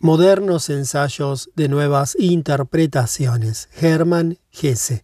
Modernos ensayos de nuevas interpretaciones. Hermann Hesse.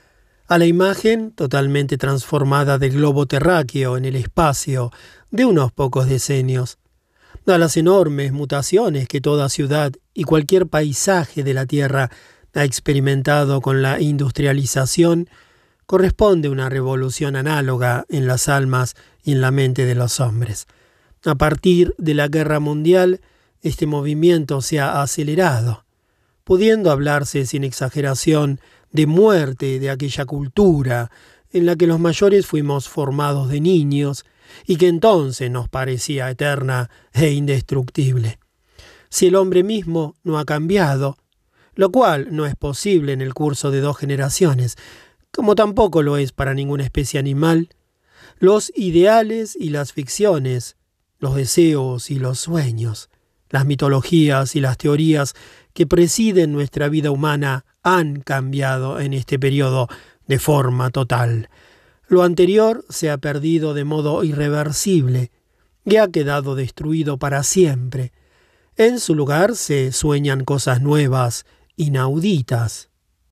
A la imagen totalmente transformada del globo terráqueo en el espacio de unos pocos decenios, a las enormes mutaciones que toda ciudad y cualquier paisaje de la Tierra ha experimentado con la industrialización, corresponde una revolución análoga en las almas y en la mente de los hombres. A partir de la Guerra Mundial, este movimiento se ha acelerado, pudiendo hablarse sin exageración de muerte de aquella cultura en la que los mayores fuimos formados de niños y que entonces nos parecía eterna e indestructible. Si el hombre mismo no ha cambiado, lo cual no es posible en el curso de 2 generaciones, como tampoco lo es para ninguna especie animal, los ideales y las ficciones, los deseos y los sueños, las mitologías y las teorías que presiden nuestra vida humana han cambiado en este periodo de forma total. Lo anterior se ha perdido de modo irreversible y ha quedado destruido para siempre. En su lugar se sueñan cosas nuevas, inauditas.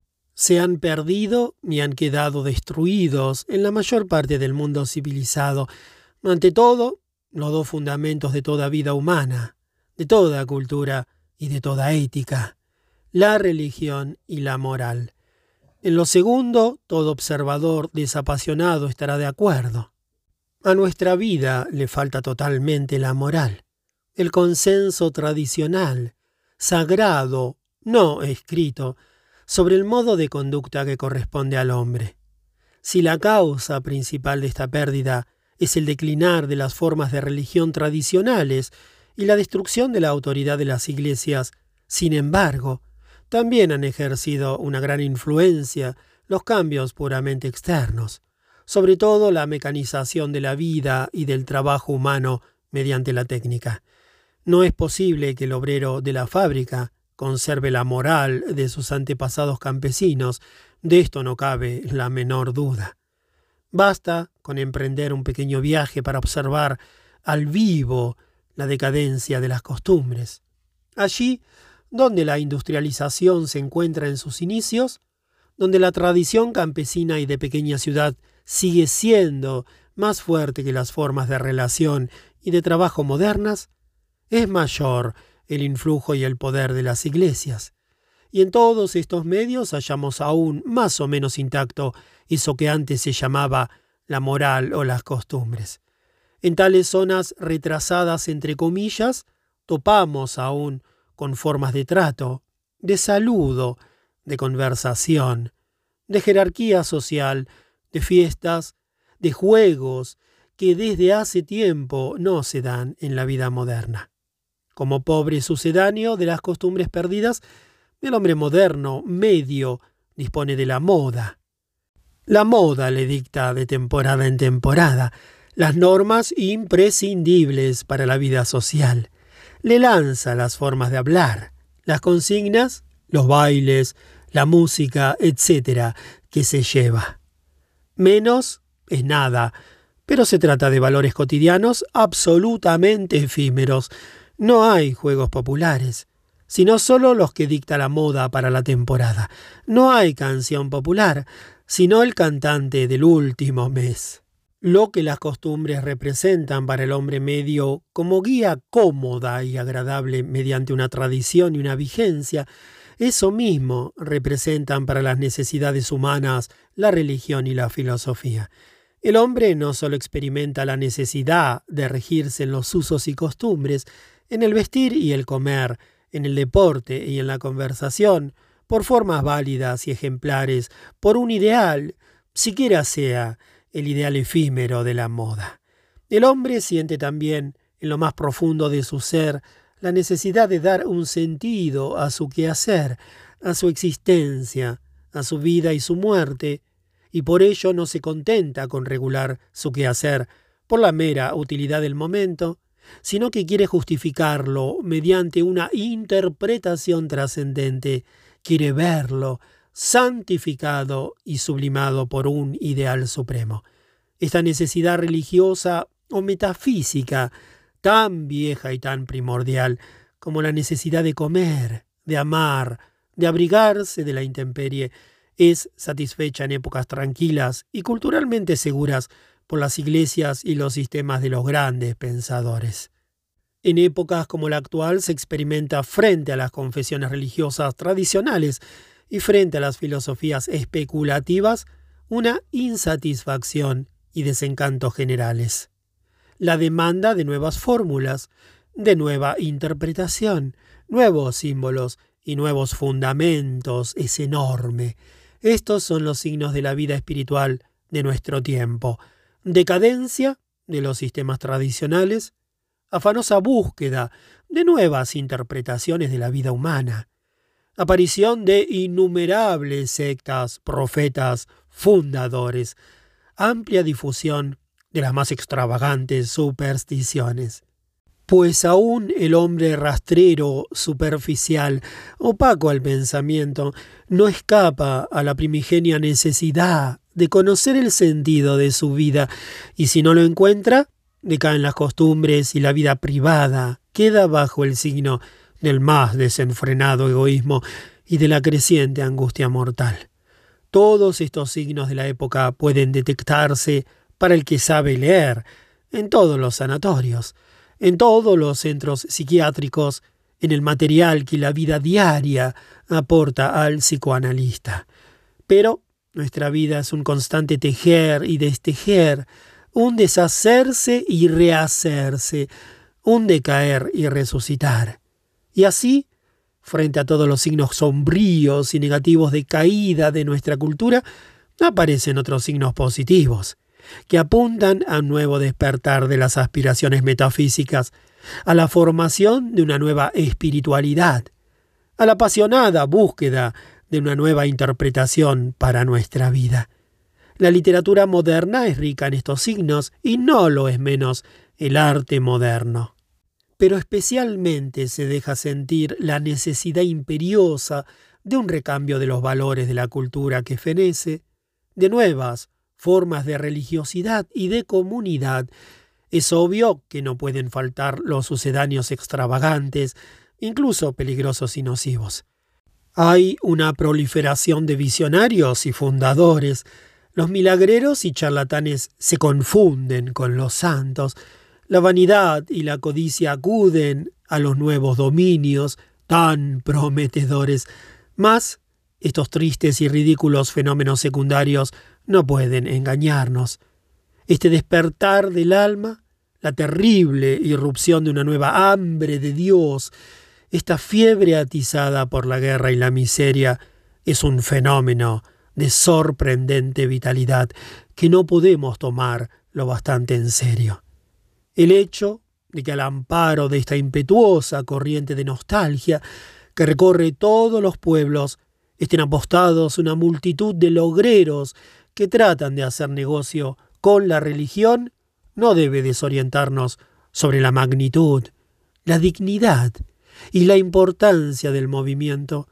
Se han perdido y han quedado destruidos en la mayor parte del mundo civilizado. Ante todo, los 2 fundamentos de toda vida humana, de toda cultura y de toda ética, la religión y la moral. En lo segundo, todo observador desapasionado estará de acuerdo. A nuestra vida le falta totalmente la moral, el consenso tradicional, sagrado, no escrito, sobre el modo de conducta que corresponde al hombre. Si la causa principal de esta pérdida es el declinar de las formas de religión tradicionales y la destrucción de la autoridad de las iglesias, sin embargo, también han ejercido una gran influencia los cambios puramente externos, sobre todo la mecanización de la vida y del trabajo humano mediante la técnica. No es posible que el obrero de la fábrica conserve la moral de sus antepasados campesinos, de esto no cabe la menor duda. Basta con emprender un pequeño viaje para observar al vivo la decadencia de las costumbres. Allí, donde la industrialización se encuentra en sus inicios, donde la tradición campesina y de pequeña ciudad sigue siendo más fuerte que las formas de relación y de trabajo modernas, es mayor el influjo y el poder de las iglesias. Y en todos estos medios hallamos aún más o menos intacto eso que antes se llamaba la moral o las costumbres. En tales zonas retrasadas, entre comillas, topamos aún con formas de trato, de saludo, de conversación, de jerarquía social, de fiestas, de juegos, que desde hace tiempo no se dan en la vida moderna. Como pobre sucedáneo de las costumbres perdidas, el hombre moderno, medio, dispone de la moda. La moda le dicta de temporada en temporada las normas imprescindibles para la vida social. Le lanza las formas de hablar, las consignas, los bailes, la música, etc., que se lleva. Menos es nada, pero se trata de valores cotidianos absolutamente efímeros. No hay juegos populares, sino solo los que dicta la moda para la temporada. No hay canción popular, sino el cantante del último mes. Lo que las costumbres representan para el hombre medio como guía cómoda y agradable mediante una tradición y una vigencia, eso mismo representan para las necesidades humanas la religión y la filosofía. El hombre no solo experimenta la necesidad de regirse en los usos y costumbres, en el vestir y el comer, en el deporte y en la conversación, por formas válidas y ejemplares, por un ideal, siquiera sea el ideal efímero de la moda. El hombre siente también, en lo más profundo de su ser, la necesidad de dar un sentido a su quehacer, a su existencia, a su vida y su muerte, y por ello no se contenta con regular su quehacer por la mera utilidad del momento, sino que quiere justificarlo mediante una interpretación trascendente, quiere verlo santificado y sublimado por un ideal supremo. Esta necesidad religiosa o metafísica, tan vieja y tan primordial, como la necesidad de comer, de amar, de abrigarse de la intemperie, es satisfecha en épocas tranquilas y culturalmente seguras por las iglesias y los sistemas de los grandes pensadores. En épocas como la actual se experimenta frente a las confesiones religiosas tradicionales y frente a las filosofías especulativas una insatisfacción y desencanto generales. La demanda de nuevas fórmulas, de nueva interpretación, nuevos símbolos y nuevos fundamentos es enorme. Estos son los signos de la vida espiritual de nuestro tiempo. Decadencia de los sistemas tradicionales, afanosa búsqueda de nuevas interpretaciones de la vida humana, aparición de innumerables sectas, profetas, fundadores, amplia difusión de las más extravagantes supersticiones. Pues aún el hombre rastrero, superficial, opaco al pensamiento, no escapa a la primigenia necesidad de conocer el sentido de su vida, y si no lo encuentra, decaen las costumbres y la vida privada queda bajo el signo del más desenfrenado egoísmo y de la creciente angustia mortal. Todos estos signos de la época pueden detectarse para el que sabe leer en todos los sanatorios, en todos los centros psiquiátricos, en el material que la vida diaria aporta al psicoanalista. Pero nuestra vida es un constante tejer y destejer, un deshacerse y rehacerse, un decaer y resucitar. Y así, frente a todos los signos sombríos y negativos de caída de nuestra cultura, aparecen otros signos positivos, que apuntan a un nuevo despertar de las aspiraciones metafísicas, a la formación de una nueva espiritualidad, a la apasionada búsqueda de una nueva interpretación para nuestra vida. La literatura moderna es rica en estos signos y no lo es menos el arte moderno. Pero especialmente se deja sentir la necesidad imperiosa de un recambio de los valores de la cultura que fenece, de nuevas formas de religiosidad y de comunidad. Es obvio que no pueden faltar los sucedáneos extravagantes, incluso peligrosos y nocivos. Hay una proliferación de visionarios y fundadores. Los milagreros y charlatanes se confunden con los santos. La vanidad y la codicia acuden a los nuevos dominios tan prometedores. Mas estos tristes y ridículos fenómenos secundarios no pueden engañarnos. Este despertar del alma, la terrible irrupción de una nueva hambre de Dios, esta fiebre atizada por la guerra y la miseria, es un fenómeno de sorprendente vitalidad que no podemos tomar lo bastante en serio. El hecho de que al amparo de esta impetuosa corriente de nostalgia que recorre todos los pueblos estén apostados una multitud de logreros que tratan de hacer negocio con la religión, no debe desorientarnos sobre la magnitud, la dignidad y la importancia del movimiento,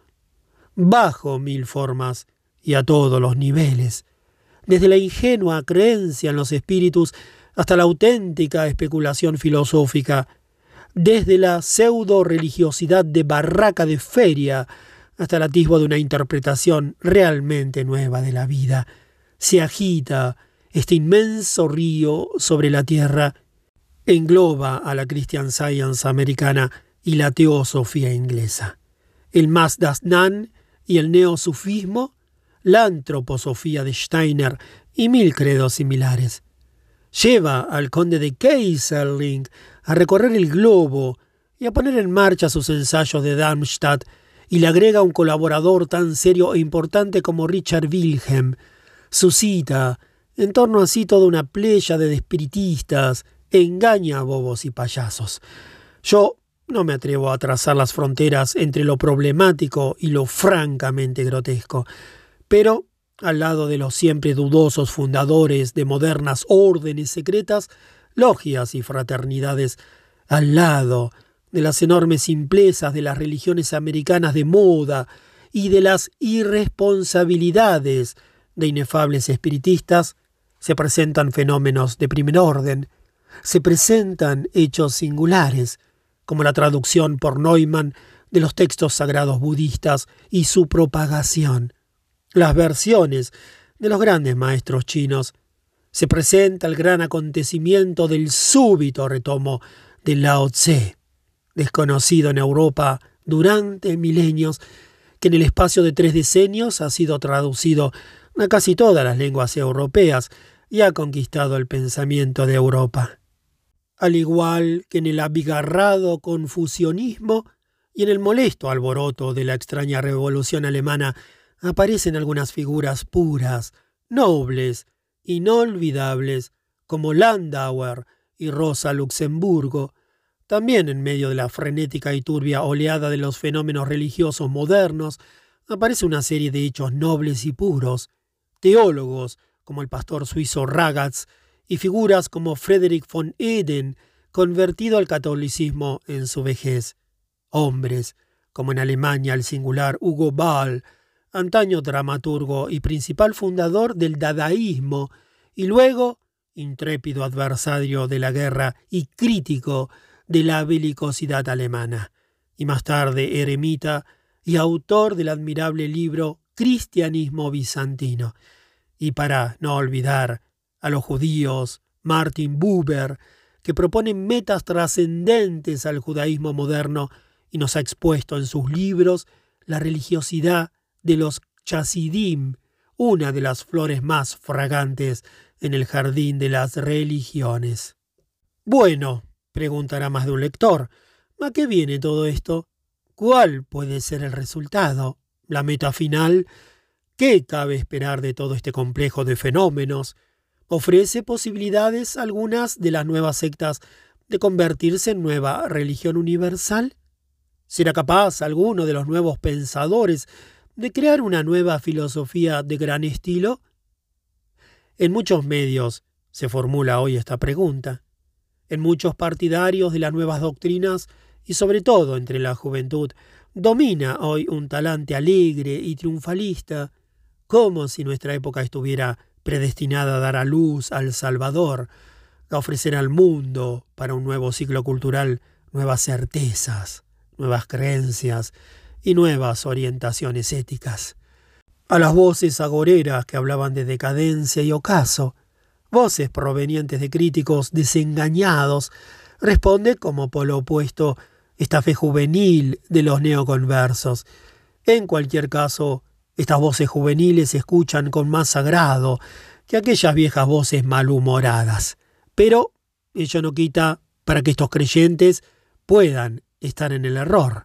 bajo mil formas y a todos los niveles, desde la ingenua creencia en los espíritus hasta la auténtica especulación filosófica, desde la pseudo-religiosidad de barraca de feria hasta el atisbo de una interpretación realmente nueva de la vida. Se agita este inmenso río sobre la tierra, engloba a la Christian Science americana y la teosofía inglesa, el Mazda-Snan y el neosufismo, la antroposofía de Steiner y mil credos similares. Lleva al conde de Keyserling a recorrer el globo y a poner en marcha sus ensayos de Darmstadt, y le agrega un colaborador tan serio e importante como Richard Wilhelm. Suscita en torno a sí toda una pléyade de espiritistas, engaña a bobos y payasos. Yo no me atrevo a trazar las fronteras entre lo problemático y lo francamente grotesco, pero al lado de los siempre dudosos fundadores de modernas órdenes secretas, logias y fraternidades, al lado de las enormes simplezas de las religiones americanas de moda y de las irresponsabilidades de inefables espiritistas, se presentan fenómenos de primer orden, se presentan hechos singulares, como la traducción por Neumann de los textos sagrados budistas y su propagación, las versiones de los grandes maestros chinos, se presenta el gran acontecimiento del súbito retomo de Lao Tse, desconocido en Europa durante milenios, que en el espacio de 3 decenios ha sido traducido a casi todas las lenguas europeas y ha conquistado el pensamiento de Europa. Al igual que en el abigarrado confucianismo y en el molesto alboroto de la extraña revolución alemana, aparecen algunas figuras puras, nobles, inolvidables, como Landauer y Rosa Luxemburgo. También en medio de la frenética y turbia oleada de los fenómenos religiosos modernos, aparece una serie de hechos nobles y puros, teólogos como el pastor suizo Ragatz y figuras como Friedrich von Eden, convertido al catolicismo en su vejez, hombres como en Alemania el singular Hugo Ball, antaño dramaturgo y principal fundador del dadaísmo, y luego intrépido adversario de la guerra y crítico de la belicosidad alemana, y más tarde eremita y autor del admirable libro Cristianismo bizantino. Y para no olvidar a los judíos, Martin Buber, que propone metas trascendentes al judaísmo moderno y nos ha expuesto en sus libros la religiosidad de los chasidim, una de las flores más fragantes en el jardín de las religiones. Bueno, preguntará más de un lector, ¿a qué viene todo esto? ¿Cuál puede ser el resultado? ¿La meta final? ¿Qué cabe esperar de todo este complejo de fenómenos? ¿Ofrece posibilidades algunas de las nuevas sectas de convertirse en nueva religión universal? ¿Será capaz alguno de los nuevos pensadores de crear una nueva filosofía de gran estilo? En muchos medios se formula hoy esta pregunta. En muchos partidarios de las nuevas doctrinas y sobre todo entre la juventud domina hoy un talante alegre y triunfalista, como si nuestra época estuviera predestinada a dar a luz al Salvador, a ofrecer al mundo para un nuevo ciclo cultural nuevas certezas, nuevas creencias y nuevas orientaciones éticas. A las voces agoreras que hablaban de decadencia y ocaso, voces provenientes de críticos desengañados, responde como polo opuesto esta fe juvenil de los neoconversos. En cualquier caso, estas voces juveniles se escuchan con más agrado que aquellas viejas voces malhumoradas. Pero ello no quita para que estos creyentes puedan estar en el error.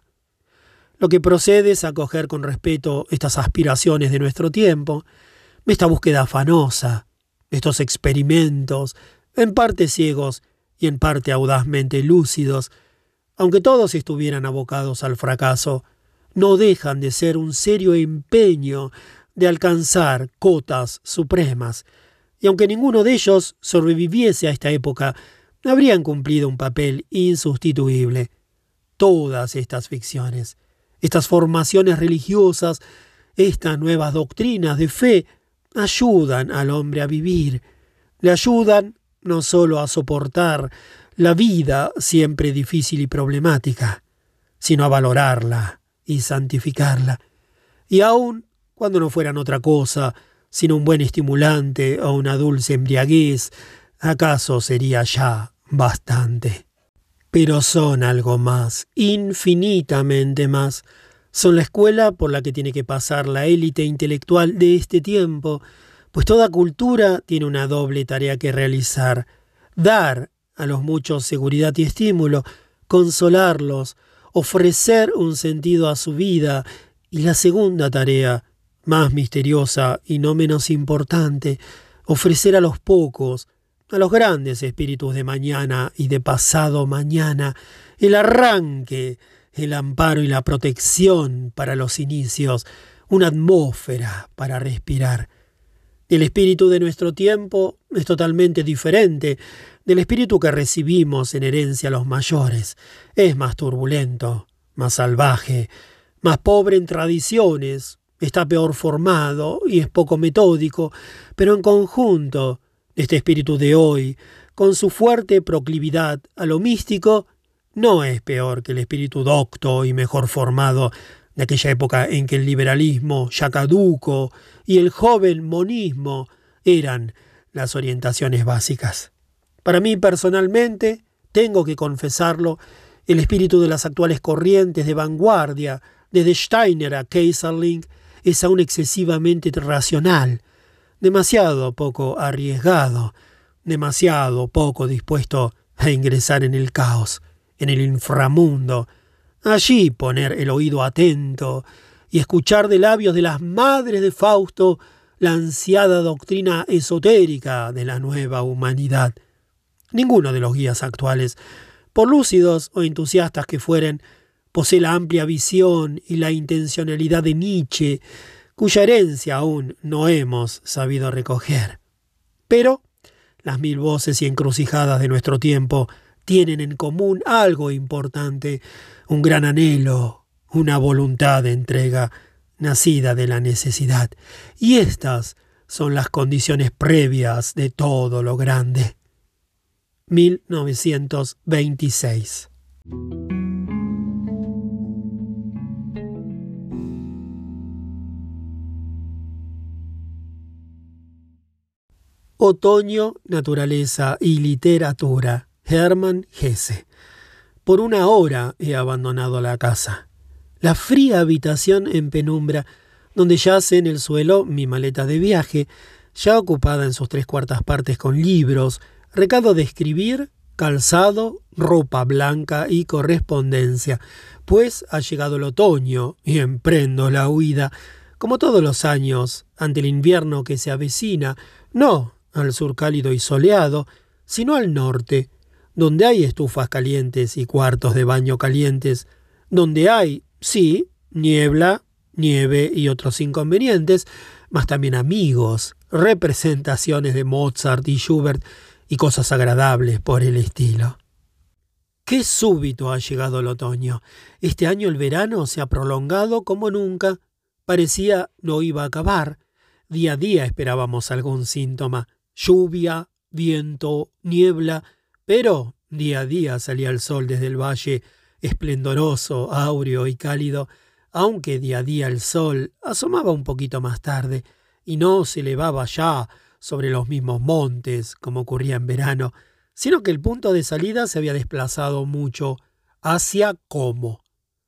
Lo que procede es acoger con respeto estas aspiraciones de nuestro tiempo, esta búsqueda afanosa, estos experimentos, en parte ciegos y en parte audazmente lúcidos, aunque todos estuvieran abocados al fracaso, no dejan de ser un serio empeño de alcanzar cotas supremas, y aunque ninguno de ellos sobreviviese a esta época, habrían cumplido un papel insustituible. Todas estas ficciones, estas formaciones religiosas, estas nuevas doctrinas de fe, ayudan al hombre a vivir, le ayudan no solo a soportar la vida siempre difícil y problemática, sino a valorarla y santificarla, y aun cuando no fueran otra cosa, sino un buen estimulante o una dulce embriaguez, acaso sería ya bastante. Pero son algo más, infinitamente más. Son la escuela por la que tiene que pasar la élite intelectual de este tiempo, pues toda cultura tiene una doble tarea que realizar: dar a los muchos seguridad y estímulo, consolarlos, ofrecer un sentido a su vida, y la segunda tarea, más misteriosa y no menos importante, ofrecer a los pocos, a los grandes espíritus de mañana y de pasado mañana, el arranque, el amparo y la protección para los inicios, una atmósfera para respirar. El espíritu de nuestro tiempo es totalmente diferente del espíritu que recibimos en herencia a los mayores. Es más turbulento, más salvaje, más pobre en tradiciones, está peor formado y es poco metódico, pero en conjunto, este espíritu de hoy, con su fuerte proclividad a lo místico, no es peor que el espíritu docto y mejor formado de aquella época en que el liberalismo ya caduco y el joven monismo eran las orientaciones básicas. Para mí personalmente, tengo que confesarlo, el espíritu de las actuales corrientes de vanguardia, desde Steiner a Keyserling, es aún excesivamente racional, demasiado poco arriesgado, demasiado poco dispuesto a ingresar en el caos, en el inframundo, allí poner el oído atento y escuchar de labios de las madres de Fausto la ansiada doctrina esotérica de la nueva humanidad. Ninguno de los guías actuales, por lúcidos o entusiastas que fueren, posee la amplia visión y la intencionalidad de Nietzsche, cuya herencia aún no hemos sabido recoger. Pero las mil voces y encrucijadas de nuestro tiempo tienen en común algo importante, un gran anhelo, una voluntad de entrega nacida de la necesidad. Y estas son las condiciones previas de todo lo grande. 1926. Otoño, naturaleza y literatura. Hermann Hesse. Por una hora he abandonado la casa. La fría habitación en penumbra, donde yace en el suelo mi maleta de viaje, ya ocupada en sus 3/4 partes con libros, recado de escribir, calzado, ropa blanca y correspondencia, pues ha llegado el otoño y emprendo la huida, como todos los años, ante el invierno que se avecina, no al sur cálido y soleado, sino al norte, donde hay estufas calientes y cuartos de baño calientes, donde hay, sí, niebla, nieve y otros inconvenientes, mas también amigos, representaciones de Mozart y Schubert y cosas agradables por el estilo. ¡Qué súbito ha llegado el otoño! Este año el verano se ha prolongado como nunca. Parecía no iba a acabar. Día a día esperábamos algún síntoma. Lluvia, viento, niebla, pero día a día salía el sol desde el valle, esplendoroso, áureo y cálido, aunque día a día el sol asomaba un poquito más tarde y no se elevaba ya sobre los mismos montes como ocurría en verano, sino que el punto de salida se había desplazado mucho hacia Como.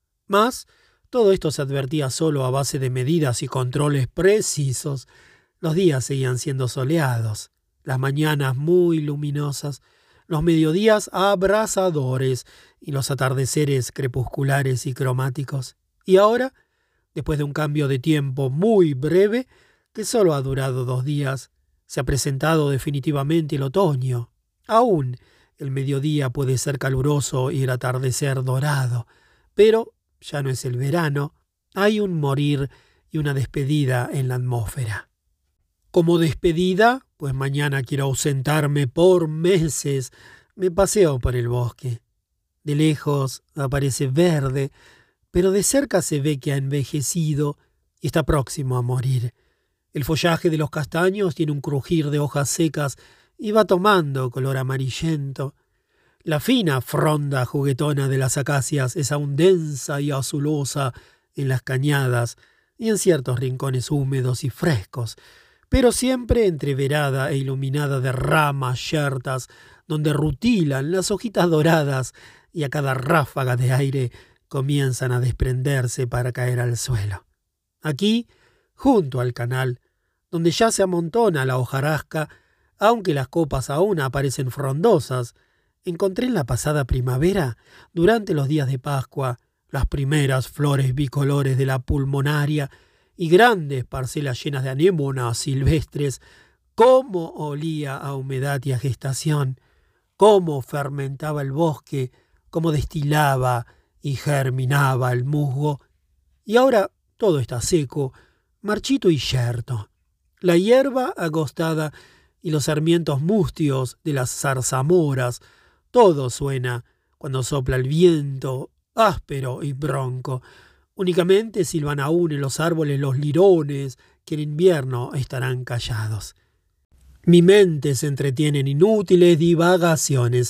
Mas todo esto se advertía solo a base de medidas y controles precisos. Los días seguían siendo soleados, las mañanas muy luminosas, los mediodías abrasadores y los atardeceres crepusculares y cromáticos. Y ahora, después de un cambio de tiempo muy breve, que solo ha durado 2 días, se ha presentado definitivamente el otoño. Aún el mediodía puede ser caluroso y el atardecer dorado, pero ya no es el verano, hay un morir y una despedida en la atmósfera. Como despedida, pues mañana quiero ausentarme por meses, me paseo por el bosque. De lejos aparece verde, pero de cerca se ve que ha envejecido y está próximo a morir. El follaje de los castaños tiene un crujir de hojas secas y va tomando color amarillento. La fina fronda juguetona de las acacias es aún densa y azulosa en las cañadas y en ciertos rincones húmedos y frescos, pero siempre entreverada e iluminada de ramas yertas donde rutilan las hojitas doradas y a cada ráfaga de aire comienzan a desprenderse para caer al suelo. Aquí, junto al canal, donde ya se amontona la hojarasca, aunque las copas aún aparecen frondosas, encontré en la pasada primavera, durante los días de Pascua, las primeras flores bicolores de la pulmonaria y grandes parcelas llenas de anémonas silvestres. Cómo olía a humedad y a gestación, cómo fermentaba el bosque, cómo destilaba y germinaba el musgo. Y ahora todo está seco, marchito y yerto. La hierba agostada y los sarmientos mustios de las zarzamoras, todo suena cuando sopla el viento, áspero y bronco. Únicamente silban aún en los árboles los lirones, que en invierno estarán callados. Mi mente se entretiene en inútiles divagaciones.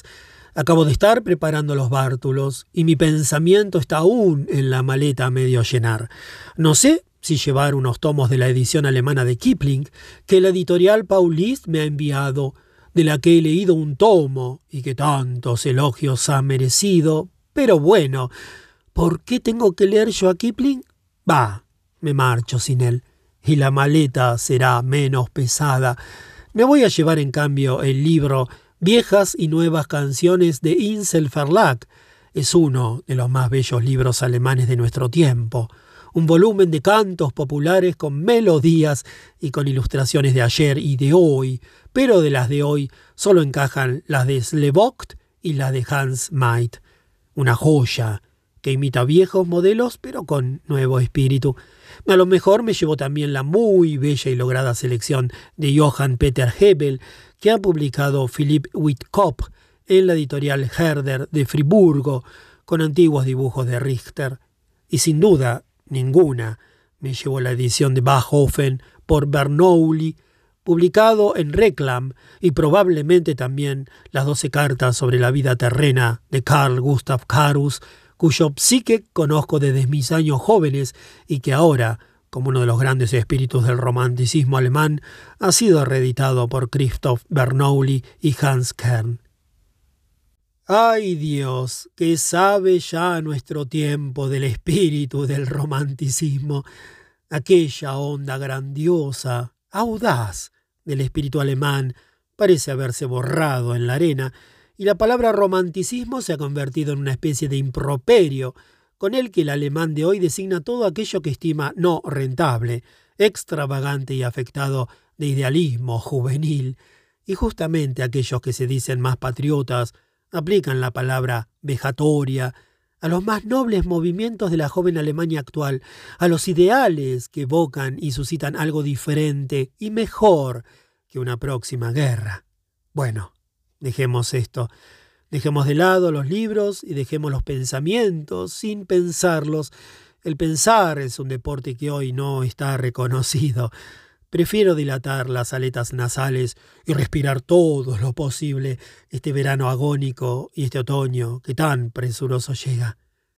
Acabo de estar preparando los bártulos y mi pensamiento está aún en la maleta a medio llenar. No sé si llevar unos tomos de la edición alemana de Kipling que la editorial Paulist me ha enviado, de la que he leído un tomo y que tantos elogios ha merecido. Pero bueno, ¿por qué tengo que leer yo a Kipling? Me marcho sin él y la maleta será menos pesada. Me voy a llevar en cambio el libro Viejas y Nuevas Canciones de Insel Verlag. Es uno de los más bellos libros alemanes de nuestro tiempo. Un volumen de cantos populares con melodías y con ilustraciones de ayer y de hoy, pero de las de hoy solo encajan las de Slevogt y las de Hans Maid. Una joya que imita viejos modelos pero con nuevo espíritu. A lo mejor me llevo también la muy bella y lograda selección de Johann Peter Hebel que ha publicado Philipp Witkopf en la editorial Herder de Friburgo, con antiguos dibujos de Richter. Y sin duda ninguna me llevo la edición de Bachhofen por Bernoulli, publicado en Reclam, y probablemente también las 12 cartas sobre la vida terrena de Carl Gustav Carus, cuyo psique conozco desde mis años jóvenes y que ahora, como uno de los grandes espíritus del romanticismo alemán, ha sido reeditado por Christoph Bernoulli y Hans Kern. ¡Ay Dios, que sabe ya nuestro tiempo del espíritu del romanticismo! Aquella onda grandiosa, audaz del espíritu alemán parece haberse borrado en la arena, y la palabra romanticismo se ha convertido en una especie de improperio, con el que el alemán de hoy designa todo aquello que estima no rentable, extravagante y afectado de idealismo juvenil. Y justamente aquellos que se dicen más patriotas aplican la palabra vejatoria a los más nobles movimientos de la joven Alemania actual, a los ideales que evocan y suscitan algo diferente y mejor que una próxima guerra. Bueno, dejemos esto. Dejemos de lado los libros y dejemos los pensamientos sin pensarlos. El pensar es un deporte que hoy no está reconocido. Prefiero dilatar las aletas nasales y respirar todo lo posible este verano agónico y este otoño que tan presuroso llega.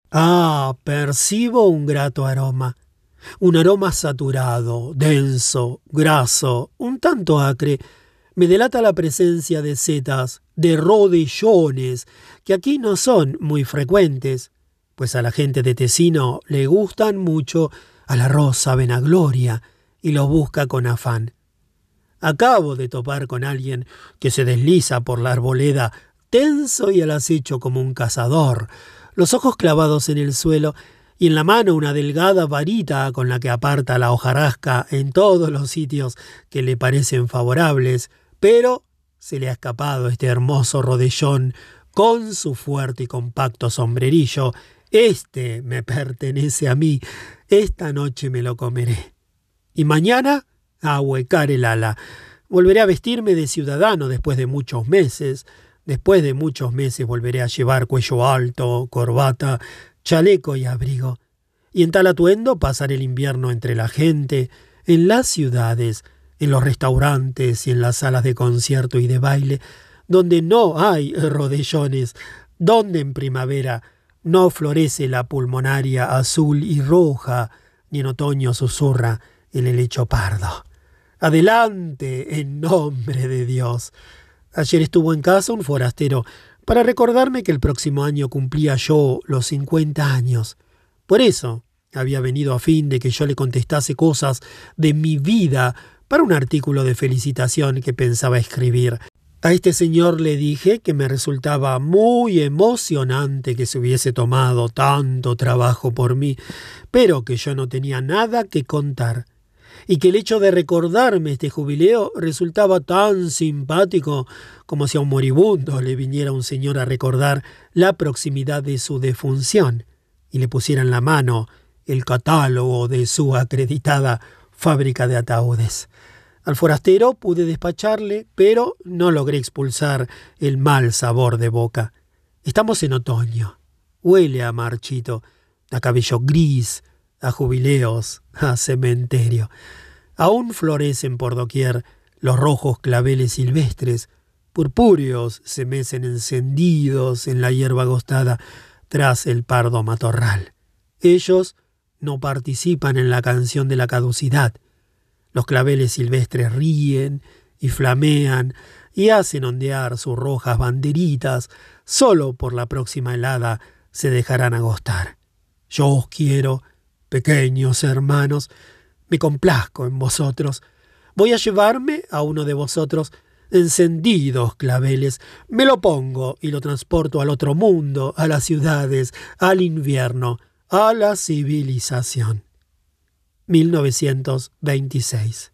Percibo un grato aroma. Un aroma saturado, denso, graso, un tanto acre. Me delata la presencia de setas, de rodellones, que aquí no son muy frecuentes, pues a la gente de Tesino le gustan mucho a la rosa venagloria y lo busca con afán. Acabo de topar con alguien que se desliza por la arboleda, tenso y al acecho como un cazador, los ojos clavados en el suelo y en la mano una delgada varita con la que aparta la hojarasca en todos los sitios que le parecen favorables, pero se le ha escapado este hermoso rodellón con su fuerte y compacto sombrerillo. Este me pertenece a mí, esta noche me lo comeré. Y mañana a ahuecar el ala. Volveré a vestirme de ciudadano después de muchos meses. Después de muchos meses volveré a llevar cuello alto, corbata, chaleco y abrigo. Y en tal atuendo pasaré el invierno entre la gente, en las ciudades, en los restaurantes y en las salas de concierto y de baile, donde no hay rodellones, donde en primavera no florece la pulmonaria azul y roja, ni en otoño susurra el helecho pardo. ¡Adelante, en nombre de Dios! Ayer estuvo en casa un forastero para recordarme que el próximo año cumplía yo los 50 años. Por eso había venido a fin de que yo le contestase cosas de mi vida para un artículo de felicitación que pensaba escribir. A este señor le dije que me resultaba muy emocionante que se hubiese tomado tanto trabajo por mí, pero que yo no tenía nada que contar, y que el hecho de recordarme este jubileo resultaba tan simpático como si a un moribundo le viniera un señor a recordar la proximidad de su defunción y le pusiera en la mano el catálogo de su acreditada fábrica de ataúdes. Al forastero pude despacharle, pero no logré expulsar el mal sabor de boca. Estamos en otoño. Huele a marchito, a cabello gris, a jubileos, a cementerio. Aún florecen por doquier los rojos claveles silvestres, purpúreos se mecen encendidos en la hierba agostada tras el pardo matorral. Ellos no participan en la canción de la caducidad. Los claveles silvestres ríen y flamean y hacen ondear sus rojas banderitas. Solo por la próxima helada se dejarán agostar. Yo os quiero, pequeños hermanos, me complazco en vosotros. Voy a llevarme a uno de vosotros encendidos claveles, me lo pongo y lo transporto al otro mundo, a las ciudades, al invierno, a la civilización. 1926.